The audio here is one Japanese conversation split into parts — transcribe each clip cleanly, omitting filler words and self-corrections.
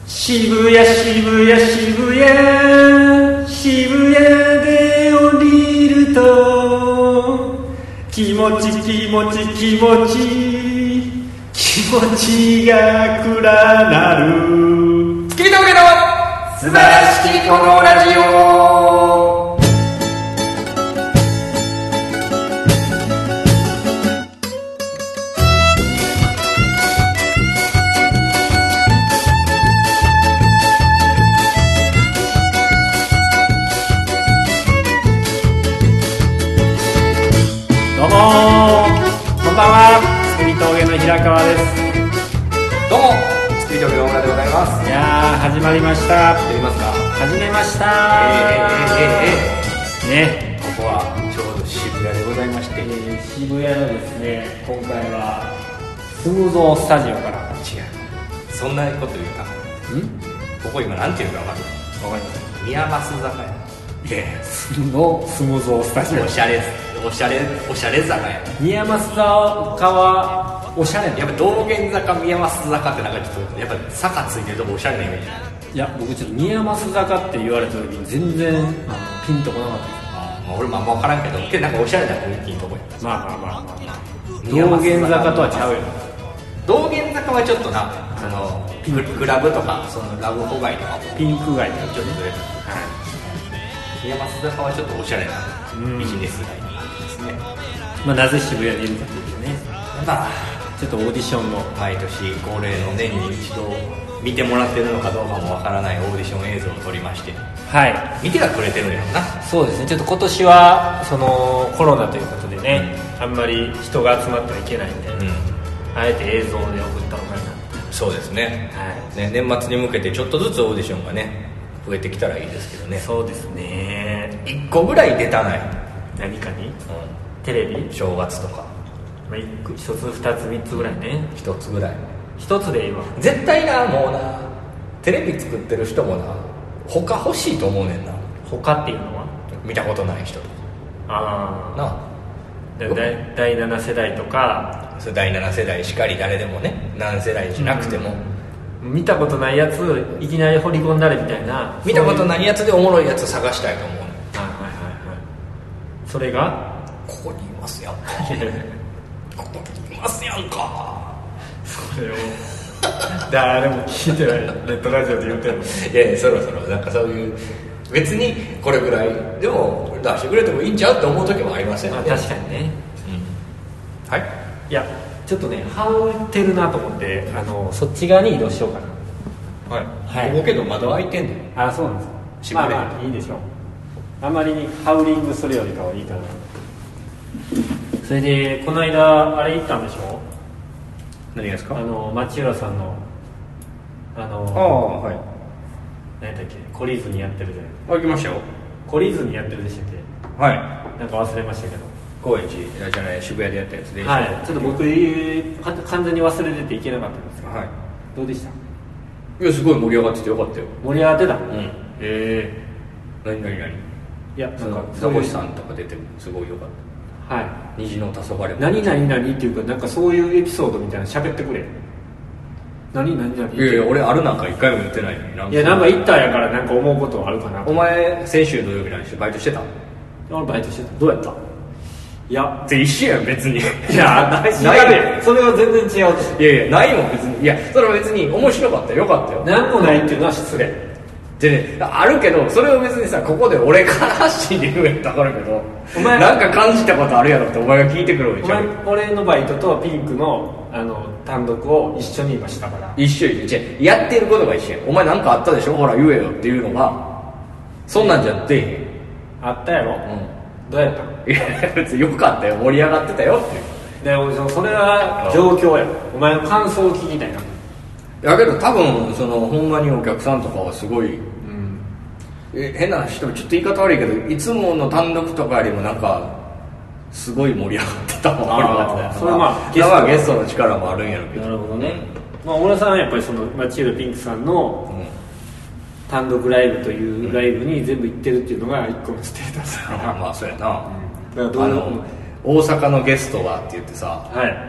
渋谷渋谷渋谷渋谷で降りると気持ち気持ち気持ち気持ちが暗なる月見峠の素晴らしきこのラジオ。 こんばんは、月見峠の平川です。 どうも月見峠の小村でございます。 いやー始まりました。 やりますか。 始めました。ね、 ここはちょうど渋谷でございまして、 渋谷のですね、今回はスムゾースタジオから。 違う、そんなこと言うた。ここ今なんていうか分かる？ わかります。 宮益坂や。 いやいや、スムゾースタジオ。 おしゃれ坂や。 宮益坂はおしゃれな。 やっぱ道玄坂、宮益坂ってなんかちょっとやっぱ坂ついてるとこおしゃれなイメージ。 いや、僕ちょっと宮益坂って言われた時に全然ピンとこなかったです。 俺もあんま分からんけど、なんかおしゃれな雰囲気のとこや。 まあ道玄坂とはちゃうよ。 道玄坂はちょっとな、そのクラブとかそのラブホ街とかピンク街とかちょっとずれてる。宮益坂はちょっとおしゃれなビジネス街ですね。 まあなぜ渋谷にいるかというとね、 まあちょっとオーディションの毎年恒例の年に一度見てもらってるのかどうかもわからないオーディション映像を撮りまして、 はい、 見てはくれてるんやろな。 そうですね。ちょっと今年はそのコロナということでね、あんまり人が集まってはいけないんで、あえて映像で送ったのかな。 そうですね、 はいね、年末に向けてちょっとずつオーディションがね増えてきたらいいですけどね。 そうですね。 1個ぐらい出たない。 何かに、テレビ正月とか、 まあ、1つ2つ3つぐらいね。 1つぐらい 1つでいいわ。 絶対な、もうなテレビ作ってる人もな他欲しいと思うねんな。 他っていうのは見たことない人とかなあ、 第7世代とか、 それ第7世代しかり誰でもね、何世代じゃなくても、 見たことないやついきなり掘り込んだれみたいな、 見たことないやつでおもろいやつ探したいと思う。 それがここにいますやんかここにいますやんか。 それを誰も聞いてないネットラジオで言うてるの。 いやそろそろなんかそういう別にこれぐらいでも出してくれてもいいんちゃうって思う時もありますよね。 確かにね、 はい。 いやちょっとね羽織ってるなと思ってそっち側に移動しようかな。 はい、ここけど窓開いてんねん。 あ、そうなんですか。まあいいでしょう。あまりにハウリングするよりかはいいかな。それでこの間あれ行ったんでしょ。 何がですか。 町浦さんのはい、 何だっけ、懲りずにやってるじゃない。行きましたよ。 懲りずにやってるでしたっけ。 はい。 なんか忘れましたけど、 高円寺じゃない渋谷でやったやつで、 はい、ちょっと僕完全に忘れてていけなかったんですけど、 はい、 どうでした。 いやすごい盛り上がっててよかったよ。 盛り上がってた。 何いや、なんかザコシさんとか出てもすごいよかった。 はい。 虹の黄昏も何っていうか、なんかそういうエピソードみたいな喋ってくれ。何いや俺あるなんか一回も言ってないのに。 いやなんか行ったんやからなんか思うことはあるかな。 お前先週土曜日何してバイトしてた。 俺バイトしてた。どうやった。いや一緒やん別に。 いやないそれは全然違う。 いやないもん別に。いやそれは別に面白かったよ、よかったよ。 何もないっていうのは失礼でね、あるけどそれを別にさここで俺から発信で言うやったら分かるけど、お前なんか感じたことあるやろってお前が聞いてくるわけじゃん。 俺のバイトとピンクの単独を一緒に今したから。 一緒やってることが一緒やん。お前なんかあったでしょ、ほら言えよっていうのがそんなんじゃってへん。 あったやろ。どうやったの。 いや別によかったよ、盛り上がってたよっていう。 でもそれは状況や。お前の感想を聞きたいな。 だけど多分ほんまにお客さんとかはすごい、変な人ちょっと言い方悪いけどいつもの単独とかよりもなんかすごい盛り上がってたもん。 それはゲストの力もあるんやろうけど。なるほどね。小村さんはやっぱり町浦ピンクさんの単独ライブというライブに全部行ってるっていうのが一個のステータスだから。 まあそうやな、大阪のゲストはって言ってさ、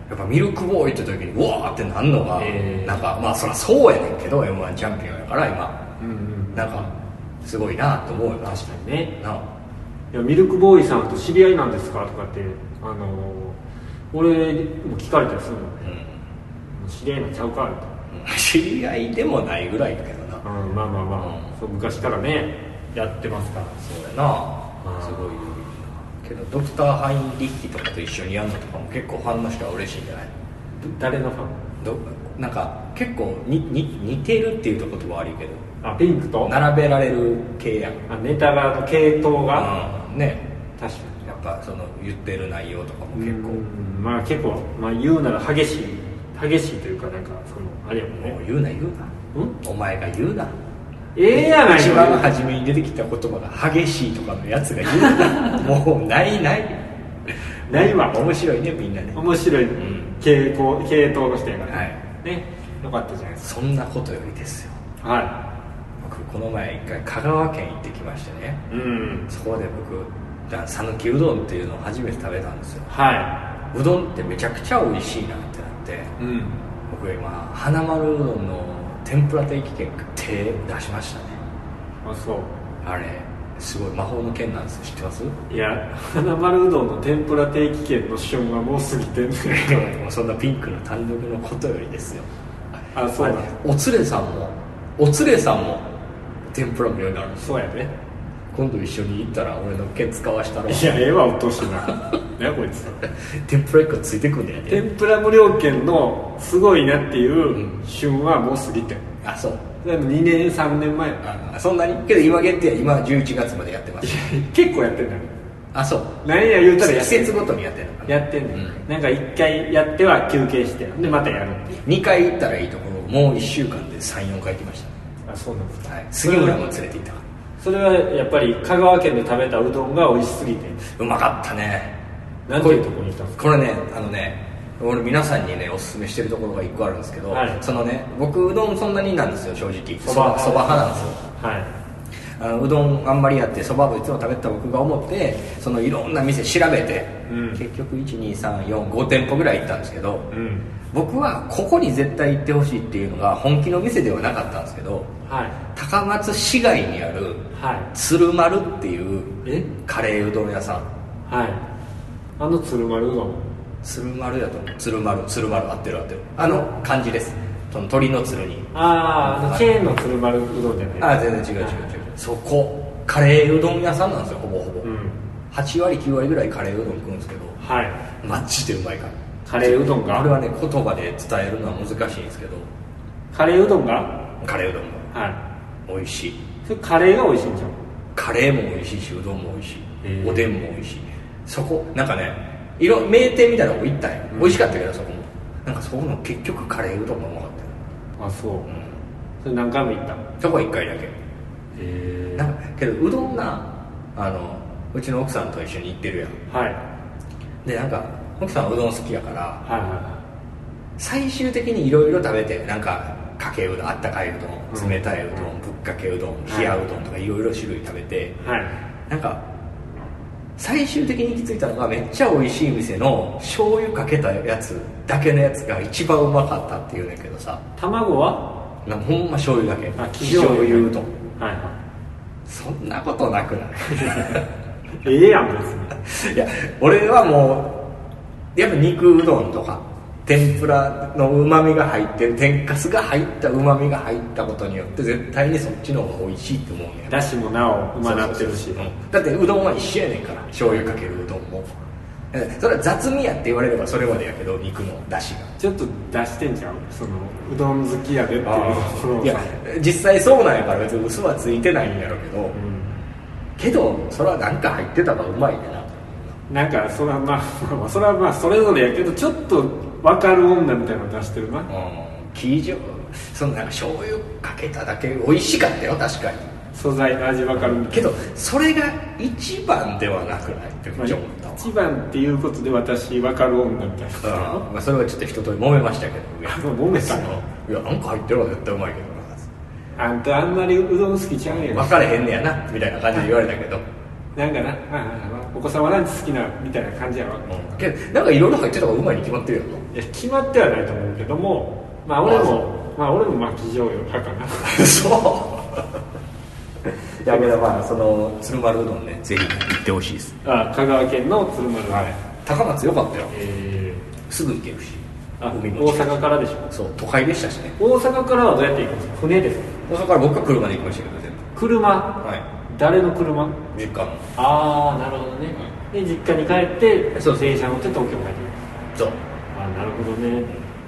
やっぱミルクボーイって時にうわーってなんのが、なんかまあそりゃそうやねんけど M1 チャンピオンやから今、なんかすごいなと思うよな。 確かにね。いやミルクボーイさんと知り合いなんですかとかって俺も聞かれたりするのね、知り合いなんちゃうかと、 知り合いでもないぐらいだけどな、 まあまあまあ、そう昔からねやってますから。 そうやな、すごいけどドクター・ハインリッヒとかと一緒にやるのとかも結構ファンの人は嬉しいんじゃない？ 誰のファン？ なんか結構似てるっていうと言葉悪いけど、 ピンクと並べられる系やん。 ネタの系統が、 ね、 確かにやっぱその言ってる内容とかも結構、 まあ結構、まあ、言うなら激しいというかなんかそのあれやもんね。 もう言うなお前が言うな。 やない一番初めに出てきた言葉が激しいとかのやつが言うなもうないわ。面白いね、みんなね。 面白い、系統の人やから、 はいね、よかったじゃないですか。そんなことよりですよ。僕この前一回香川県行ってきましてね、そこで僕讃岐うどんっていうのを初めて食べたんですよ。うどんってめちゃくちゃ美味しいなってなって、僕今花丸うどんの天ぷら定期券手出しましたね。 そう。 あれすごい魔法の剣なんですよ。知ってます？ いや、花丸うどんの天ぷら定期券の旬はもう過ぎてんねんもうそんなピンクの単独のことよりですよ。 そうだ。 おつれさんも天ぷら無料になるんですよ。 そうやね。 今度一緒に行ったら俺の剣使わしたら。 いや、うっとうしいな何やこいつ天ぷら1個ついてくんねやね。 天ぷら無料券のすごいなっていう旬はもう過ぎてん。 そうでも2年3年前。 そんなにけど今限定は今11月までやってます結構やってんだよ。 そう何や言うたら季節ごとにやってるのかな。 やってんね、なんか1回やっては休憩してでまたやるっていう。 2回行ったらいいところもう1週間で 3,4 回行きました。 そうなんですか。 杉村も連れて行った。 それはやっぱり香川県で食べたうどんが美味しすぎて。 うまかったね。 なんていうところに行ったんですか？ これね俺皆さんにねおすすめしてるところが1個あるんですけど、そのね僕うどんそんなになんですよ正直。そば派なんですよ。うどんあんまりやってそばをいつも食べてた僕が思ってそのいろんな店調べて、結局 1,2,3,4,5 店舗ぐらい行ったんですけど、僕はここに絶対行ってほしいっていうのが本気の店ではなかったんですけど、高松市街にある鶴丸っていうカレーうどん屋さん。鶴丸うどん。鶴丸やと思う。鶴丸合ってる漢字です。その鳥の鶴に。 チェーンの鶴丸うどんじゃない。 全然違う。そこカレーうどん屋さんなんですよ。ほぼほぼ、8割9割ぐらいカレーうどん食うんですけど、マジでうまいから。 カレーうどんがあれはね言葉で伝えるのは難しいんですけど、 カレーうどんが美味しい。 それカレーが美味しいんじゃん。 カレーも美味しいしうどんも美味しい、おでんも美味しい。そこなんかね名店みたいなとこ行ったんよ、美味しかったけどそこもなんかそこの結局カレーうどんがうまかったよ。 そう、それ何回も行った？ そこは1回だけ。なんかけどうどんなうちの奥さんと一緒に行ってるやん。でなんか奥さんはうどん好きやから、最終的にいろいろ食べてなんかかけうどん、あったかいうどん、冷たいうどん、ぶっかけうどん、冷やうどんとかいろいろ種類食べて、なんか最終的に行き着いたのがめっちゃ美味しい店の醤油かけたやつだけのやつが一番うまかったっていうんだけどさ。 卵はなんかほんま醤油だけ。醤油うどん。そんなことなくないやん別に。いや俺はもうやっぱ肉うどんとか天ぷらのうまみが入ってる、天かすが入ったうまみが入ったことによって絶対にそっちの方が美味しいって思うんや。 だしもなおうまなってるし、 だってうどんは一緒やねんから、醤油かけるうどんも。それは雑味やって言われればそれまでやけど、肉のだしがちょっと出してんじゃん、そのうどん好きやでっていう。 いや実際そうなんやから別に嘘はついてないんやろうけど、けどそれは何か入ってたらうまいねな。なんかそれはそれはまあそれぞれやけどちょっと分かる女みたいなの出してるな。 生地をそのなんか醤油かけただけ美味しかったよ確かに。 素材の味分かるけどそれが一番ではなくないって思ったわ。 一番っていうことで私分かる女みたいな。 それはちょっと一通り揉めましたけど。 揉めたの？ いやなんか入ってるわ絶対うまいけどな。 あんたあんまりうどん好きちゃうやん。 分かれへんねやなみたいな感じで言われたけど、 なんかな、お子様ランチ好きなみたいな感じやろ、 けどなんかいろいろ入ってた方がうまいに決まってるやん。 いや決まってはないと思うけども、まあ俺も巻き醤油派かなそういやけどまあその鶴丸うどんね、ぜひ行ってほしいです。 香川県の鶴丸、 はい、高松よかったよ、すぐ行けるし、 大阪からでしょ。 そう都会でしたしね。 大阪からはどうやって行くんですか？船ですか？ 大阪から僕は車で行きましたけど全部車、 はい。 誰の車？ 実家の。 ああなるほどね、で実家に帰ってそう電車乗って東京帰ってくる。 そうなるほどね。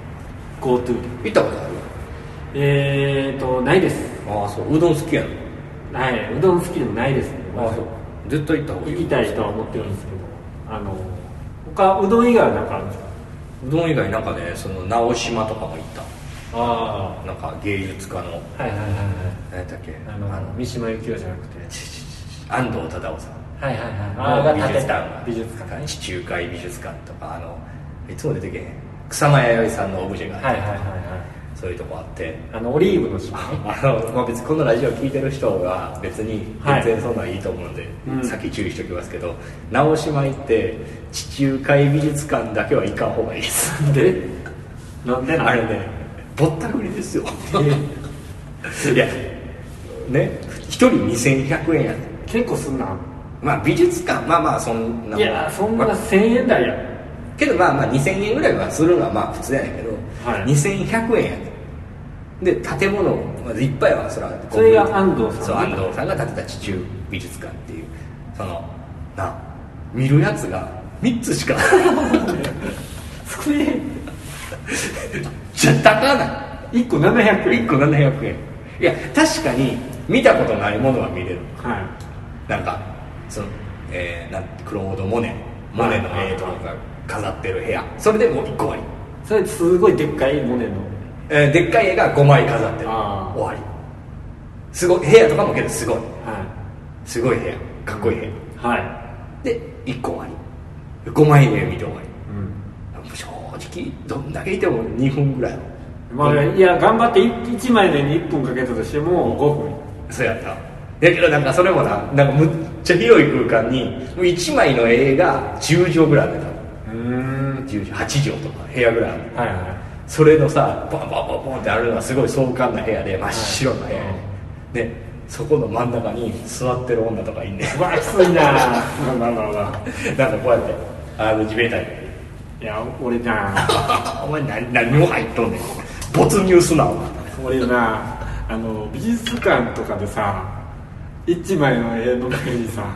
GoTo 行ったことある？ ないです。 ああそう、うどん好きやの？ はい、うどん好きでもないですね。 ああそう、絶対行った方がいい。 行きたいとは思ってるんですけど、他うどん以外は何かあるんですか？ うどん以外なんかね、その直島とかも行った。 あなんか芸術家のはいはいはいはい、 何やったっけ、 三島由紀夫じゃなくて安藤忠雄さんはいはいはい、 美術館、 美術館、 地中海美術館とか、いつも出てけへん草間彌生さんのオブジェがあって、 はいはいはいはい、 そういうとこあって、 オリーブの島ねまあ、別にこのラジオ聞いてる人が別に全然そんなんいいと思うんで、さっき注意しておきますけど、直島行って地中海美術館だけは行かん方がいいです。 なんであれね、ぼったくりですよいやね、1人2100円やね。 結構すんな。 まあ美術館まあそんな、 いやそんな1000円台やけどまあ2000円ぐらいはするのはまあ普通やねんけど、 はい、 2100円やねんで、建物いっぱいはそれが安藤さん、 そう安藤さんが建てた地中美術館っていう、その見るやつが3つしか少ねじゃ高ない 1個700円 1個700円。いや確かに見たことないものは見れる、 はい、 なんかその、クロード・モネの絵とかが飾ってる部屋、それでもう1個割り。 それすごいでっかいモネの、 でっかい絵が5枚飾ってる、終わり。すごい部屋とかもけどすごい、はい、すごい部屋、かっこいい部屋、はい、で1個終わり、5枚絵見て終わり、正直どんだけいても2分ぐらい、 まあ、いや頑張って1枚で1分かけたとしても5分、 そうやった。だけどなんかそれもなんかむっちゃ広い空間にもう1枚の絵が10畳ぐらいあるんだよ。8畳とか部屋ぐらいある、はいはい、それのさポンポンポンポンってあるのがすごい壮観な部屋で真っ白な部屋で、でそこの真ん中に座ってる女とかいんねん。 うわきついななんかこうやって地べたに、 いや俺なお前何も入っとんねん、没入すなお前。 俺な美術館とかでさ1枚の絵の中にさ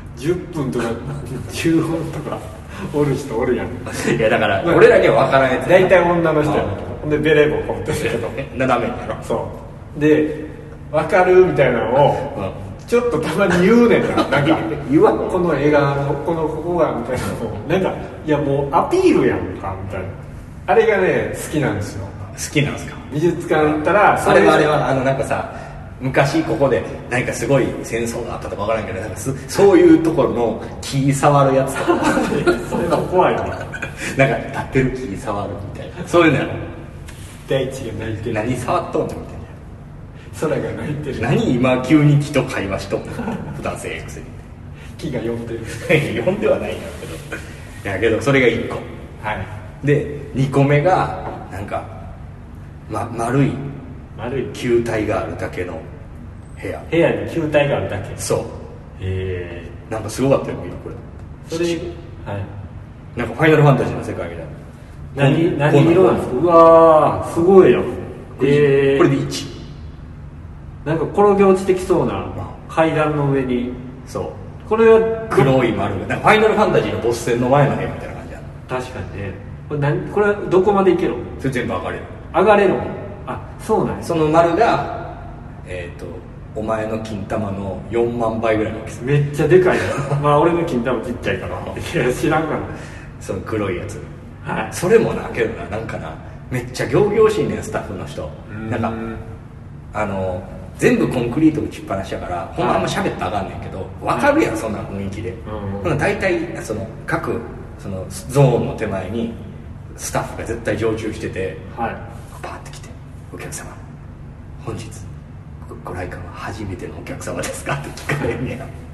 10分とか10分とかおる人おるやん。 いやだから俺らには分からないやつ、 大体女の人やん。でベレー帽こうってるけど斜めにやろ。 そうで分かるみたいなのを、ちょっとたまに言うねんな。なんか言わんこの映画のここがみたいなのをなんかいやもうアピールやんかみたいな、あれがね好きなんですよ。 好きなんですか？ 美術館行ったらあれはなんかさ、昔ここで何かすごい戦争があったとか分からんけど、なんかそういうところの木触るやつとかそれは怖いわ。 なんか立ってる木触るみたいな、そういうのやろ。 大地が泣いてる、 何触っとんねんみたいな、 空が泣いてる、 何今急に木と会話しとんねん普段せえへんくせに木が呼んでる呼んではないんやけど、いやけどそれが1個、はい、で2個目がなんか、丸い球体があるだけの部屋に球体があるだけ。 そう、なんかすごかったよ、今これそれ、はい、なんかファイナルファンタジーの世界みたいな。 何色なんですか？うわーすごいよ。 これで1、 なんか転げ落ちてきそうな階段の上に、 そうこれは黒い丸がなんかファイナルファンタジーのボス戦の前の部屋みたいな感じや。 確かにね。これはどこまで行けるの？ それ全部上がれる。 上がれるの？あ、そうなんや。 その丸がお前の金玉の4万倍ぐらいの大きさ。 めっちゃでかいなまあ俺の金玉ちっちゃいからいや知らんがな、 その黒いやつ、 はい、 それもなけどなんかなめっちゃ仰々しいねんスタッフの人。なんか全部コンクリート打ちっぱなしやから、ほんまあんま喋ったらあかんねんけど分かるやん、そんな雰囲気で。大体その各そのゾーンの手前にスタッフが絶対常駐してて、はい、バーって来て「お客様本日ご来館は初めてのお客様ですか?」って聞かれんねや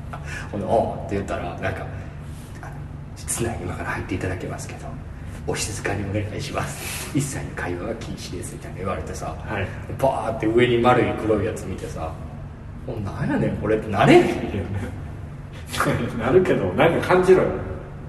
ほんで「おう」って言ったらなんか「室内今から入っていただけますけどお静かにお願いします一切の会話は禁止です」みたいな言われてさ、はい、バーって上に丸い黒いやつ見てさ「なんやねんこれ」ってなれへんなるけどなんか感じろよ。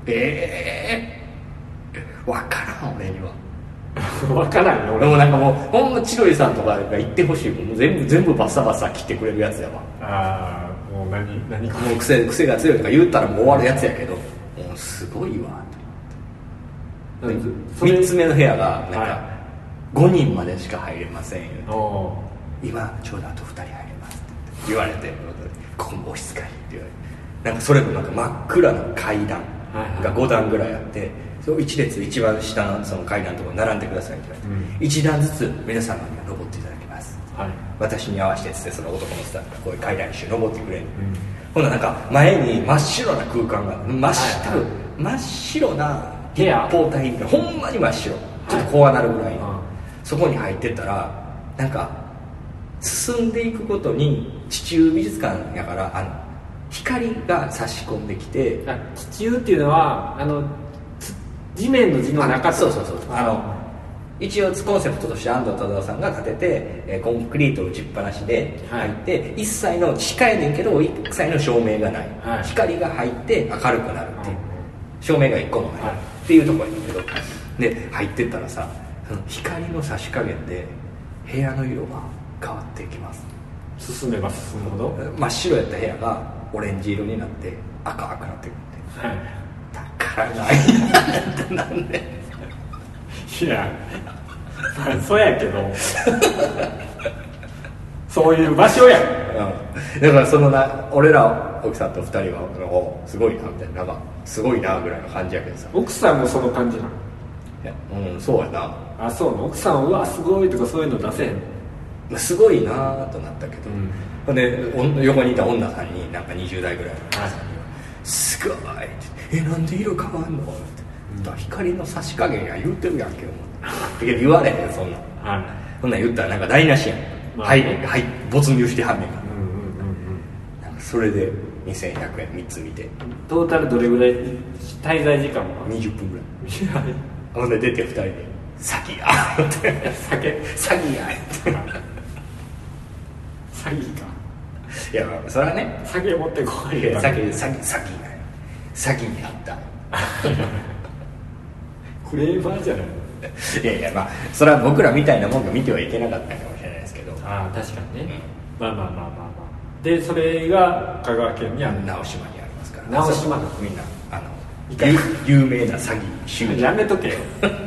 分からん俺には分からんよ。 でもなんかもうほんま千鳥さんとかが言ってほしいもん全部バッサバサ切ってくれるやつやわ。 ああもう何もう癖が強いとか言ったらもう終わるやつやけどもうすごいわと思って。3つ目の部屋がなんか5人までしか入れませんよ、今ちょうどあと2人入れますって言われてここもお静かにって言われてなんかそれもなんか真っ暗な階段が5段ぐらいあって、それを1列一番下のその階段のところに並んでくださいって言われて、1段ずつ皆様には登っていただきます、私に合わせてってその男のスタッフがこういう階段一緒に登ってくれる、ほんならなんか前に真っ白な空間が真っ白な立方体みたいなほんまに真っ白ちょっと怖なるぐらい、そこに入ってったらなんか進んでいくごとに地中美術館やから光が差し込んできて、 地中っていうのは地面の字の中。 そう一応コンセプトとして安藤忠雄さんが建ててコンクリート打ちっぱなしで入って、一切の地下やねんけど一切の照明がない、光が入って明るくなるっていう、照明が1個もない、っていうところやねんけど、で入ってったらさ光の差し加減で部屋の色が変わっていきます。 進めば進むほど真っ白やった部屋がオレンジ色になって赤くなってくるって、だからないなんでいやそうやけどそういう場所や、 だからその俺ら奥さんと2人はすごいなみたいな、なんかすごいなぐらいの感じやけどさ。 奥さんもその感じなの？ いやそうやな。 あ、そうなの。奥さんはうわすごいとかそういうの出せへん？ すごいなとなったけど、で横にいた女さんになんか20代ぐらいの女さんに「すごい」って「なんで色変わんの?」って「光の差し加減や言うてるやんけ」って言われへんそんな、そんなん言ったらなんか台無しやん、はい没入してはんねんから、なんかそれで2100円3つ見てトータルどれぐらい滞在時間は 20分ぐらいほんで出て2人で「詐欺や」って詐欺やって詐欺か。 いやそれはね酒持ってこいよ。詐欺やったクレーマーじゃない。 いやまあそれは僕らみたいなもんが見てはいけなかったかもしれないですけど、 確かにね、まあでそれが香川県にある直島にありますから、 直島みんな有名な詐欺集団やめとけよ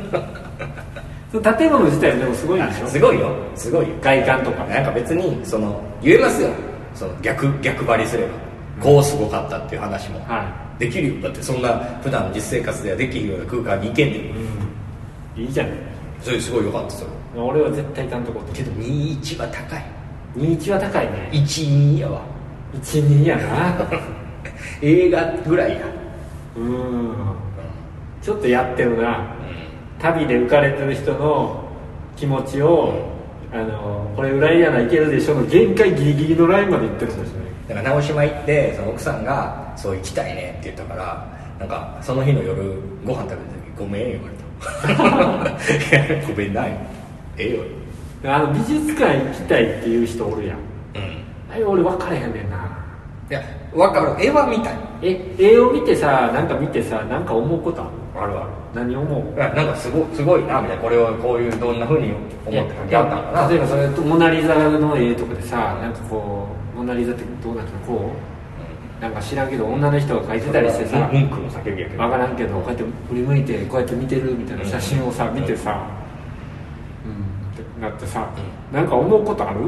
建物自体でもすごいでしょ。 すごいよ外観とかなんか別に言えますよ、その逆張りすればこうすごかったっていう話もできるよ、だってそんな普段の実生活ではできるような空間に行けんねん、 いいじゃん。 それすごいよかった。それ俺は絶対行かんとこけど21は高い。 21は高いね。 12やわ。 12やな映画ぐらいや。 ちょっとやってるな、旅で浮かれてる人の気持ちを、これぐらいやないけるでしょの限界ギリギリのラインまで行ってるんですよね。 だから直島行ってその奥さんがそう行きたいねって言ったから、なんかその日の夜ご飯食べた時ごめん言われたごめんないよ。 美術館行きたいっていう人おるやん。俺分からへんねんな。 いや分かる。絵は見たい。 絵を見てさ、なんか見てさ、なんか思うことある？ ある。 何思う？ なんかすごいなみたいな、これをこういうどんな風に思ってやったのかな。 例えばそれとモナリザの絵とかでさ、なんかこうモナリザってどうなってるのこう、なんか知らんけど女の人が描いてたりしてさ、 文句の叫びやけど分からんけどこうやって振り向いてこうやって見てるみたいな写真をさ、見てさ、ってなってさ、なんか思うことある？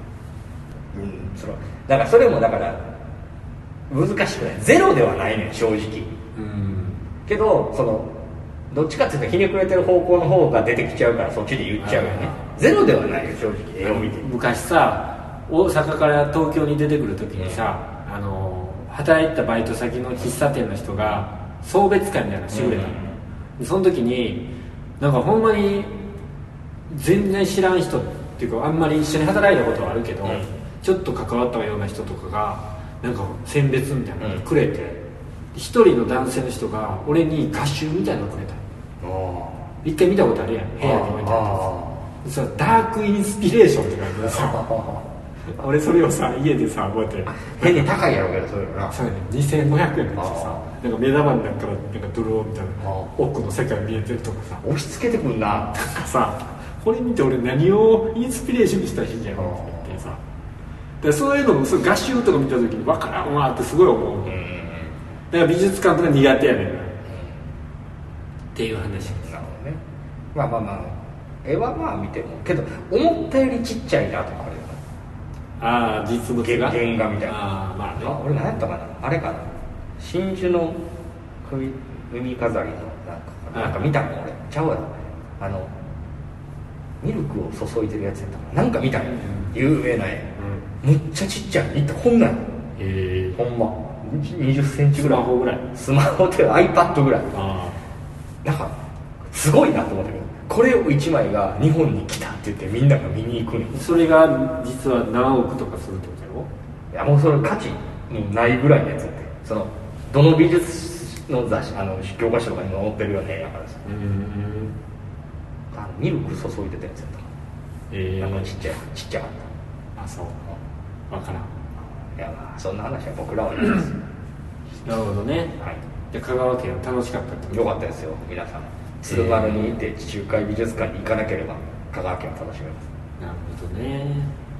だからそれもだから難しくない。ゼロではないねん正直。けどどっちかっていうとひねくれてる方向の方が出てきちゃうからそっちで言っちゃうよね。ゼロではないよ正直。絵を見て昔さ、大阪から東京に出てくる時にさ、働いてたバイト先の喫茶店の人が送別会みたいなのしてくれたの、その時になんかほんまに全然知らん人っていうか、あんまり一緒に働いたことはあるけど、ちょっと関わったような人とかがなんか選別みたいなのくれて、一人の男性の人が俺に画集みたいなのくれた。一回見たことあるやん、部屋に置いてあってさ、ダークインスピレーションって書いてさ俺それをさ家でさこうやって変に高いやろうけどそれな。 そうやね、2500円かしてさ、なんか目玉になったらなんかドローみたいな奥の世界見えてるとかさ、 押し付けてくんな。 なんかさ、これ見て俺何をインスピレーションにしたらいいんじゃないかってさ、でそういうのも画集とか見た時に分からんわってすごい思う。だから美術館とか苦手やねんな、っていう話です。 なるほどね。まあまあまあ絵はまあ見てもけど思ったよりちっちゃいなとかああ、実物が原画みたいな。 ああ、まあね。 俺何やったかな、あれかな、真珠の耳飾りのなんか見たの俺ちゃうわな、ミルクを注いでるやつやったかな、なんか見たの、有名な絵、むっちゃちっちゃい、こんなん、ほんま20センチぐらい、スマホって iPad ぐらい、なんかすごいなと思ったけど、これを1枚が日本に来たって言ってみんなが見に行くねん。 それが実は何億とかするってことやろ。いやもうそれ価値ないぐらいのやつって、そのどの美術の雑誌教科書とかにも載ってるよねやからさ、ミルク注いでたやつやったなんかちっちゃかった。 あ、そう、分からん。 いやまあそんな話は僕らはいいですなるほどね。 はい。 で香川県は楽しかったってこと。 よかったですよ皆さん。鶴丸に行って地中海美術館に行かなければ香川県を楽しめます。 なるほどね。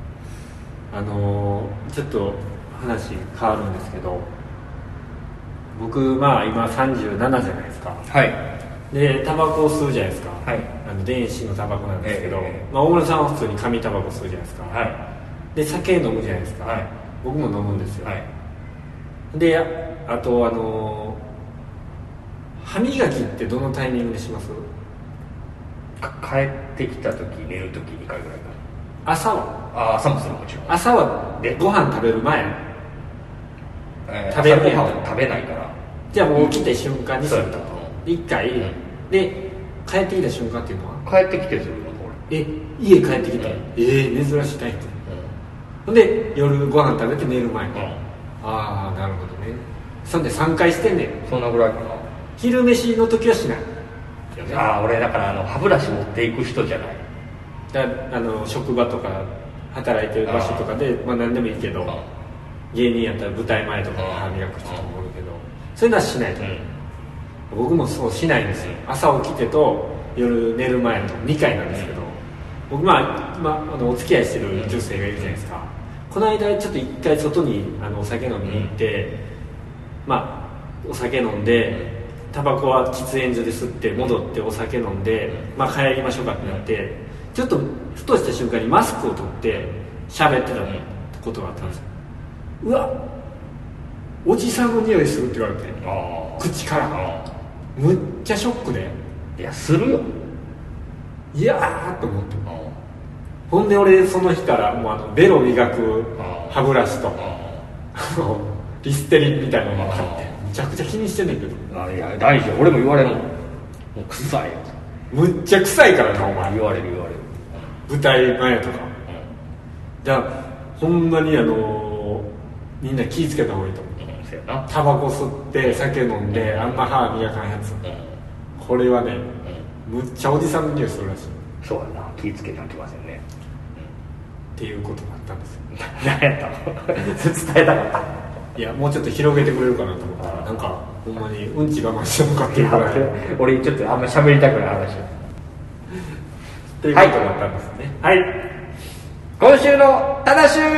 ちょっと話変わるんですけど、僕まあ今37じゃないですか。 はい。 でタバコを吸うじゃないですか。 はい。 電子のタバコなんですけど、まあ、大村さんは普通に紙タバコ吸うじゃないですか。 はい。 で酒飲むじゃないですか。 はい。 僕も飲むんですよ。 はい。 であと歯磨きってどのタイミングでします？ 帰ってきた時寝る時2回ぐらいかな。 朝は？ 朝もする、もちろん。 朝はでご飯食べる前、 食べるご飯を食べないから。 じゃあもう起きて瞬間にすると1回、で帰ってきた瞬間っていうのは帰ってきてするの俺。 家帰ってきた、珍しいタイプ、ほんで夜ご飯食べて寝る前、ああなるほどね。そんで3回してんねん。 そんなぐらいかな。 昼飯の時はしない。 俺だから歯ブラシ持っていく人じゃない。 職場とか働いてる場所とかでまあ何でもいいけど、芸人やったら舞台前とかで歯磨く人もおるけど、そういうのはしないと、僕もそうしないんですよ。朝起きてと夜寝る前の2回なんですけど、僕お付き合いしてる女性がいるじゃないですか。この間ちょっと1回外にお酒飲みに行って、お酒飲んでタバコは喫煙所で吸って戻ってお酒飲んで、帰りましょうかってなって、ちょっとふとした瞬間にマスクを取って喋ってたことがあったんですよ。うわ、おじさんの匂いするって言われて、口からむっちゃショックで、 いやするよ、 いやーと思って、ほんで俺その日からもうベロ磨く歯ブラシとリステリンみたいなのを買ってめちゃくちゃ気にしてんねんけど。 いや大丈夫、俺も言われるもん、もう臭いよ、 むっちゃ臭いからなお前。 言われる舞台前とか、じゃあほんまにみんな気ぃつけた方がいいと思う。タバコ吸って酒飲んであんま歯磨かんやつ、これはね、むっちゃおじさんの匂いするらしい。 そうやな、気ぃつけなきませんね、 っていうことがあったんですよ。 何やったの伝えたかった。 いやもうちょっと広げてくれるかなと思ったら、なんかほんまにうんち我慢してるのかっていうぐらい俺ちょっとあんま喋りたくない話っていうことだったんですね。はい、 今週のタナシュー、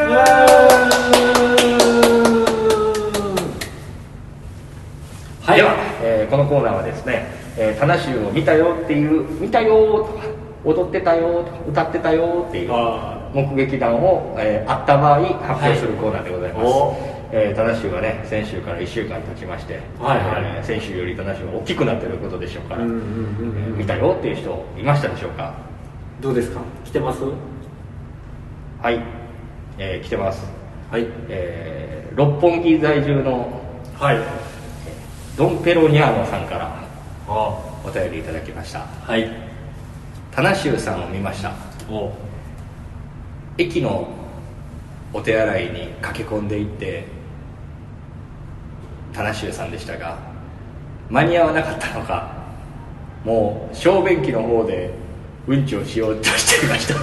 はい、 では、このコーナーはですね、タナシューを見たよっていう、見たよとか踊ってたよとか歌ってたよっていう目撃談を、あった場合発表するコーナーでございます。タナシューがね、先週から1週間経ちまして、先週よりタナシューが大きくなっていることでしょうから、見たよっていう人いましたでしょうか。 どうですか、来てます？ はい、来てます。 はい、 六本木在住の、ドンペロニャーノさんからお便りいただきました。 はい、 タナシューさんを見ました。駅のお手洗いに駆け込んでいって田無さんでしたが、間に合わなかったのか、もう小便器の方でうんちをしようとしていました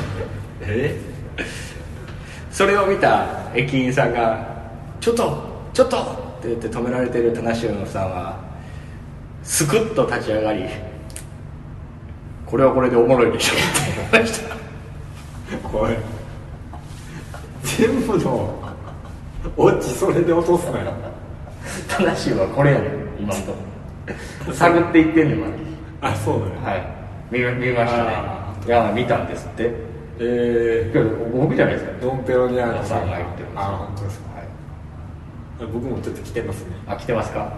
それを見た駅員さんがちょっとって言って止められている田無さんはスクッと立ち上がり、これはこれでおもろいでしょって言いましたこれ全部のオチそれで落とすなよ田無はこれやねん今のとこ探っていってんねんまだ。 あ、そうだね。 はい、見ましたね。いや見たんですって。僕じゃないですか。 ドンペロニャーノさんが言ってます。 あ、本当ですか。はい。僕もちょっと来てますね。 あ、来てますか。 はい。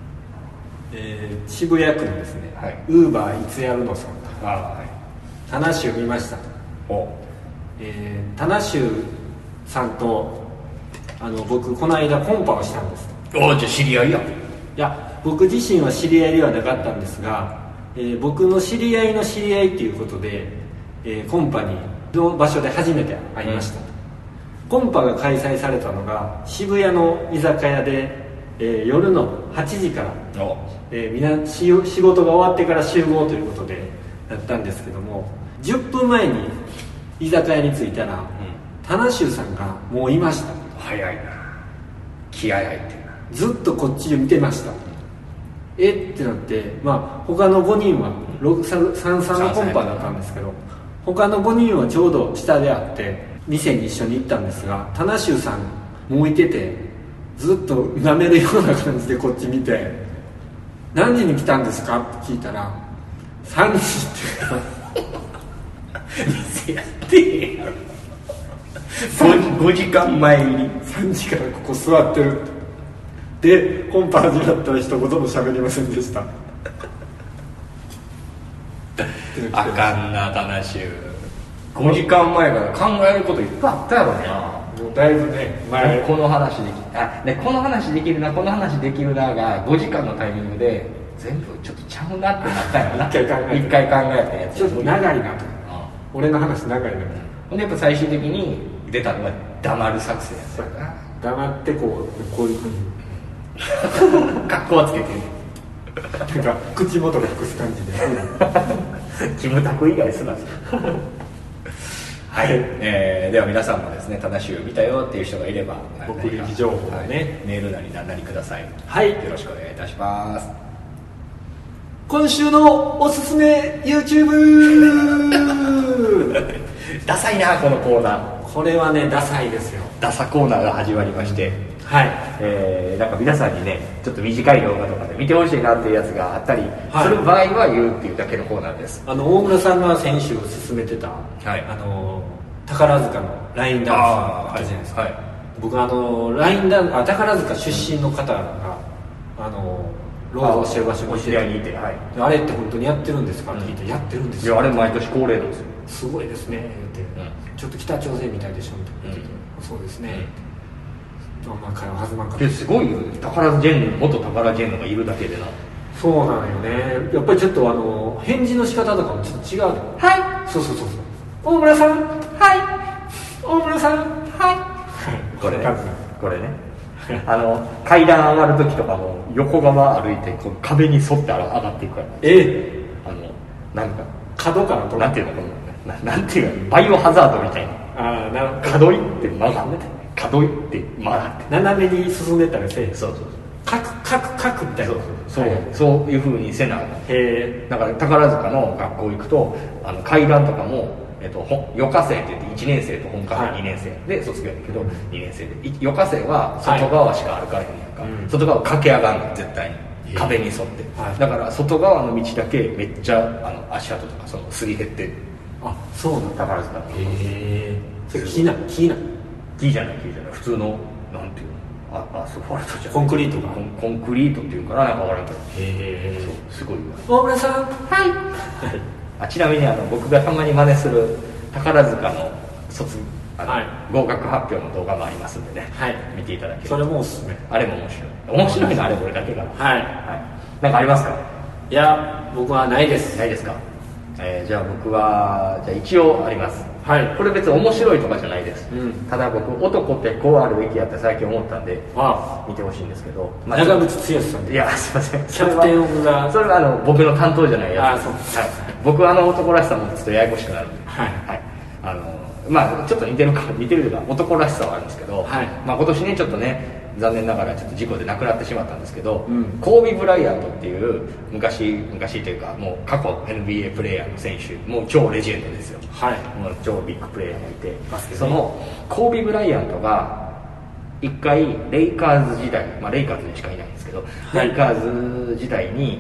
渋谷区のですね、 はい、 ウーバーいつやるのさんと、 はい、 田無見ましたと。田無さんと僕この間コンパをしたんですと。 じゃあ知り合いやん。 いや、僕自身は知り合いではなかったんですが、僕の知り合いの知り合いということで、コンパにの場所で初めて会いました、コンパが開催されたのが渋谷の居酒屋で、夜の8時から、みんな仕事が終わってから集合ということでやったんですけども、10分前に居酒屋に着いたら、田無さんがもういました。 早いな、気合入ってる。 ずっとこっちを見てました。ってなって、他の5人は33のコンパだったんですけど、他の5人はちょうど下で会って店に一緒に行ったんですが、田無さんもういてて、ずっと舐めるような感じでこっち見て、何時に来たんですかって聞いたら、3時って店やってへんやろ5時間前に 3時からここ座ってるで、コンパ始まったら一言も喋りませんでしたあかんな、田無。5時間前から考えることいっぱいあったやろな。 もうだいぶね、 この話でこの話できるな、この話できるなが5時間のタイミングで全部ちょっとちゃうなってなったよな一回考えたやつちょっと長いなと、俺の話長いなと。 ほんでやっぱ最終的に出たのが黙る作戦やったよな。 黙ってこういうふうに格好はつけてなんか口元が隠す感じでキムタク以外すなはい、では皆さんもですね、田無を見たよっていう人がいれば目撃情報をね、 メールなり何なりください。 はい、 よろしくお願いいたします。 今週のおすすめ YouTube ダサいな、このコーナー。 これはね、ダサいですよ。 ダサコーナーが始まりまして、 はい、 なんか皆さんにね、ちょっと短い動画とかで見てほしいなっていうやつがあったりする場合は言うっていうだけのコーナーです。 大村さんが先週勧めてた、 はい、 宝塚のラインダンスあったじゃないですか。僕ラインダンス宝塚出身の方が労働してる場所にいて、あれって本当にやってるんですかって聞いて、やってるんですよ。 いや、あれ毎年恒例なんですよ。 すごいですねって言って、ちょっと北朝鮮みたいでしょみたいな、そうですね、会話弾まんかった。 すごいよね、元タカラジェンヌがいるだけでな。 そうなのよね。やっぱりちょっと返事の仕方とかもちょっと違う。 はい、そう大村さん、はい、大村さん、はいこれね階段上がる時とかも横側歩いてこの壁に沿って上がっていくから、なんか角からとなんていうの、なんていうの、バイオハザードみたいな、角いって曲がって角いって曲がって斜めに進んでったらせえ。 そうカクみたいな。 そういう風にせな。だから宝塚の学校行くと階段とかも予科生って言って1年生と本科生2年生で卒業やけど、2年生で予科生は外側しか歩かれへんやんか、外側駆け上がるの絶対に壁に沿って、だから外側の道だけめっちゃ足跡とかすり減ってる。 あ、そうなんだ。 宝塚のそれ木じゃない普通のなんていうの、アスファルトじゃん、 コンクリートがコンクリートっていうかな、なんか分からんけど、すごいわ。 大村さん、はいちなみに僕がたまに真似する宝塚の合格発表の動画もありますんでね、見ていただける。 それもおすすめ。 あれも面白いの、あれこれだけが。なんかありますか？ いや、僕はないです。 ないですか？じゃあ僕は一応あります。 はい、これ別に面白いとかじゃないです、 うん、 ただ僕男ってこうあるべきやって最近思ったんで見てほしいんですけど、 まあ、長渕剛さんで、 いやすいません、 キャプテンオブザそれは僕の担当じゃないやつ。 そう、 はい、僕は男らしさもちょっとややこしくなるんで、 はい、 はい、まあちょっと似てるというか男らしさはあるんですけど、はい、まあ、今年ねちょっとね残念ながらちょっと事故で亡くなってしまったんですけど、うん、コービー・ブライアントっていう昔というかもう過去 NBA プレーヤーの選手、もう超レジェンドですよ、はい、もう超ビッグプレーヤーがいて、ね、そのコービー・ブライアントが一回レイカーズ時代、まあ、レイカーズにしかいないんですけど、はい、レイカーズ時代に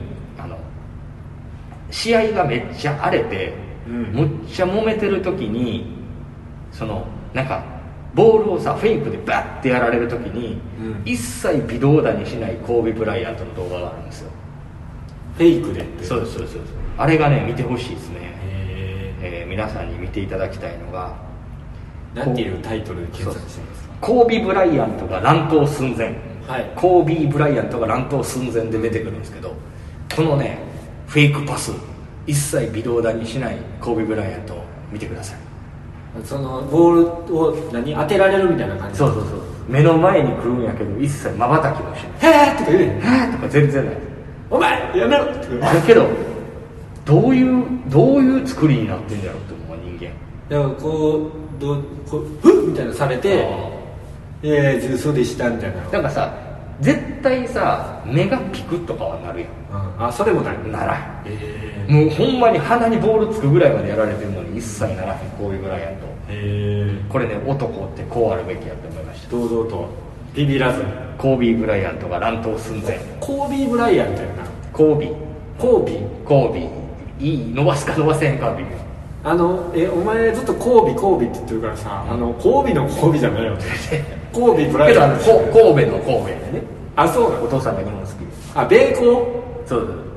試合がめっちゃ荒れて、うん、むっちゃ揉めてる時になんかボールをさフェイクでバッてやられる時に、うん、一切微動だにしないコービー・ブライアントの動画があるんですよ。 フェイクでって？ そうです。あれがね見てほしいですね。皆さんに見ていただきたいのが、 何ていうタイトルで検索してるんですか？ コービー・ブライアントが乱闘寸前、はい、コービー・ブライアントが乱闘寸前で出てくるんですけど、このねフェイクパス一切微動だにしないコービー・ブライアントを見てください。 そのボールを当てられるみたいな感じ。 そう目の前に来るんやけど一切まばたきもしない。 へーとか言うねん。 へーとか全然ない。 お前やめろってだけどどういう作りになってんだろうって思う人間だからこうフッみたいなされてそうでしたみたいな。 なんかさ絶対さ目がピクッとかはなるやん、 それもないならもうほんまに鼻にボールつくぐらいまでやられてるのに一切ならへんこういうぐらいやと。これね男ってこうあるべきやと思いました。 堂々とビビらずに。 コービー・ブライアントが乱闘寸前。 コービー・ブライアントやな。 コービーいい伸ばすか伸ばせへんかビビお前ずっとコービーって言ってるからさ、コービーのコービーじゃないよコービー・ブライアント神戸の神戸やね。 そうなの。 お父さんが日本好きで米高。 そう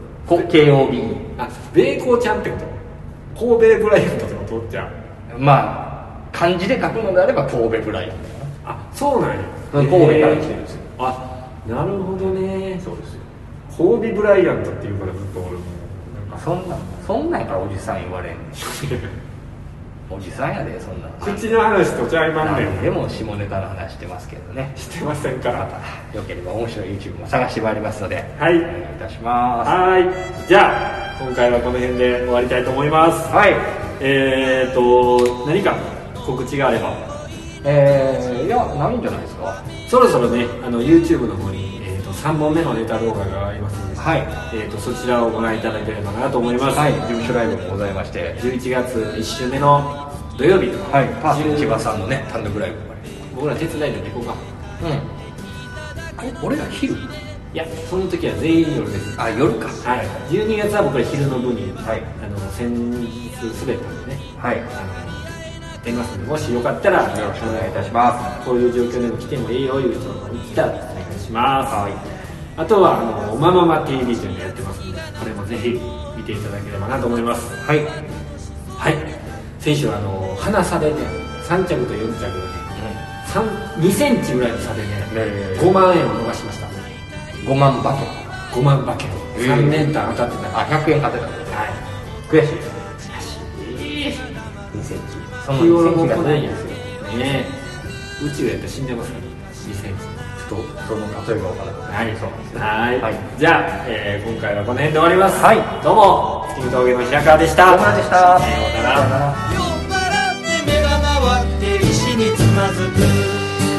KOB。 米高ちゃんってこと神戸ブライアントってことってまあ漢字で書くのであれば神戸ブライアント。 そうなんや。 神戸から来てるんですよ。 なるほどね。 そうですよ。 神戸ブライアントっていうからずっと俺もそんなんやからおじさん言われんおじさんやでそんな口の話とちゃいまんねん。 でも下ネタの話してますけどね。 してませんから。 またよければ面白い YouTube も探してまいりますので、 はい、 お願いいたします。 はい、じゃあ今回はこの辺で終わりたいと思います。 はい。 何か告知があれば。 いやないんじゃないですか。 そろそろねYouTube の方に、3本目のネタ動画がありますので、 はい、 そちらをご覧いただければなと思います。 はい、事務所ライブもございまして、 11月1週目の土曜日、 はい、パーフェクト千葉さんのね単独ライブ、 僕ら手伝いで行こうか。 俺ら昼？いや、その時は全員夜です。 夜か。 はい。12月は僕ら昼の部に、先日滑ったんでね、はい、やりますので、もしよかったらよろしくお願いいたします。 こういう状況でも来てもいいよいう人がいたらお願いします。はい。あとはおままま TV というのをやってますので、これもぜひ見ていただければなと思います。はい。はい。先週は花差でね、3着と4着でね、2センチぐらいの差でね、5万円を伸ばしました。 5万馬券。 5万馬券。3連単当たってた。 100円勝てた。はい。悔しい。2センチ。その2センチがないんですよ。 ねえ。宇宙やったら死んでますから、2センチ。 その例えが分からない。はい、そうなんですね。はい。じゃあ、 今回はこの辺で終わります。 はい。 どうも、月見峠の平川でした。 小村でした。 さようなら。酔っ払って目が回って石につまずく。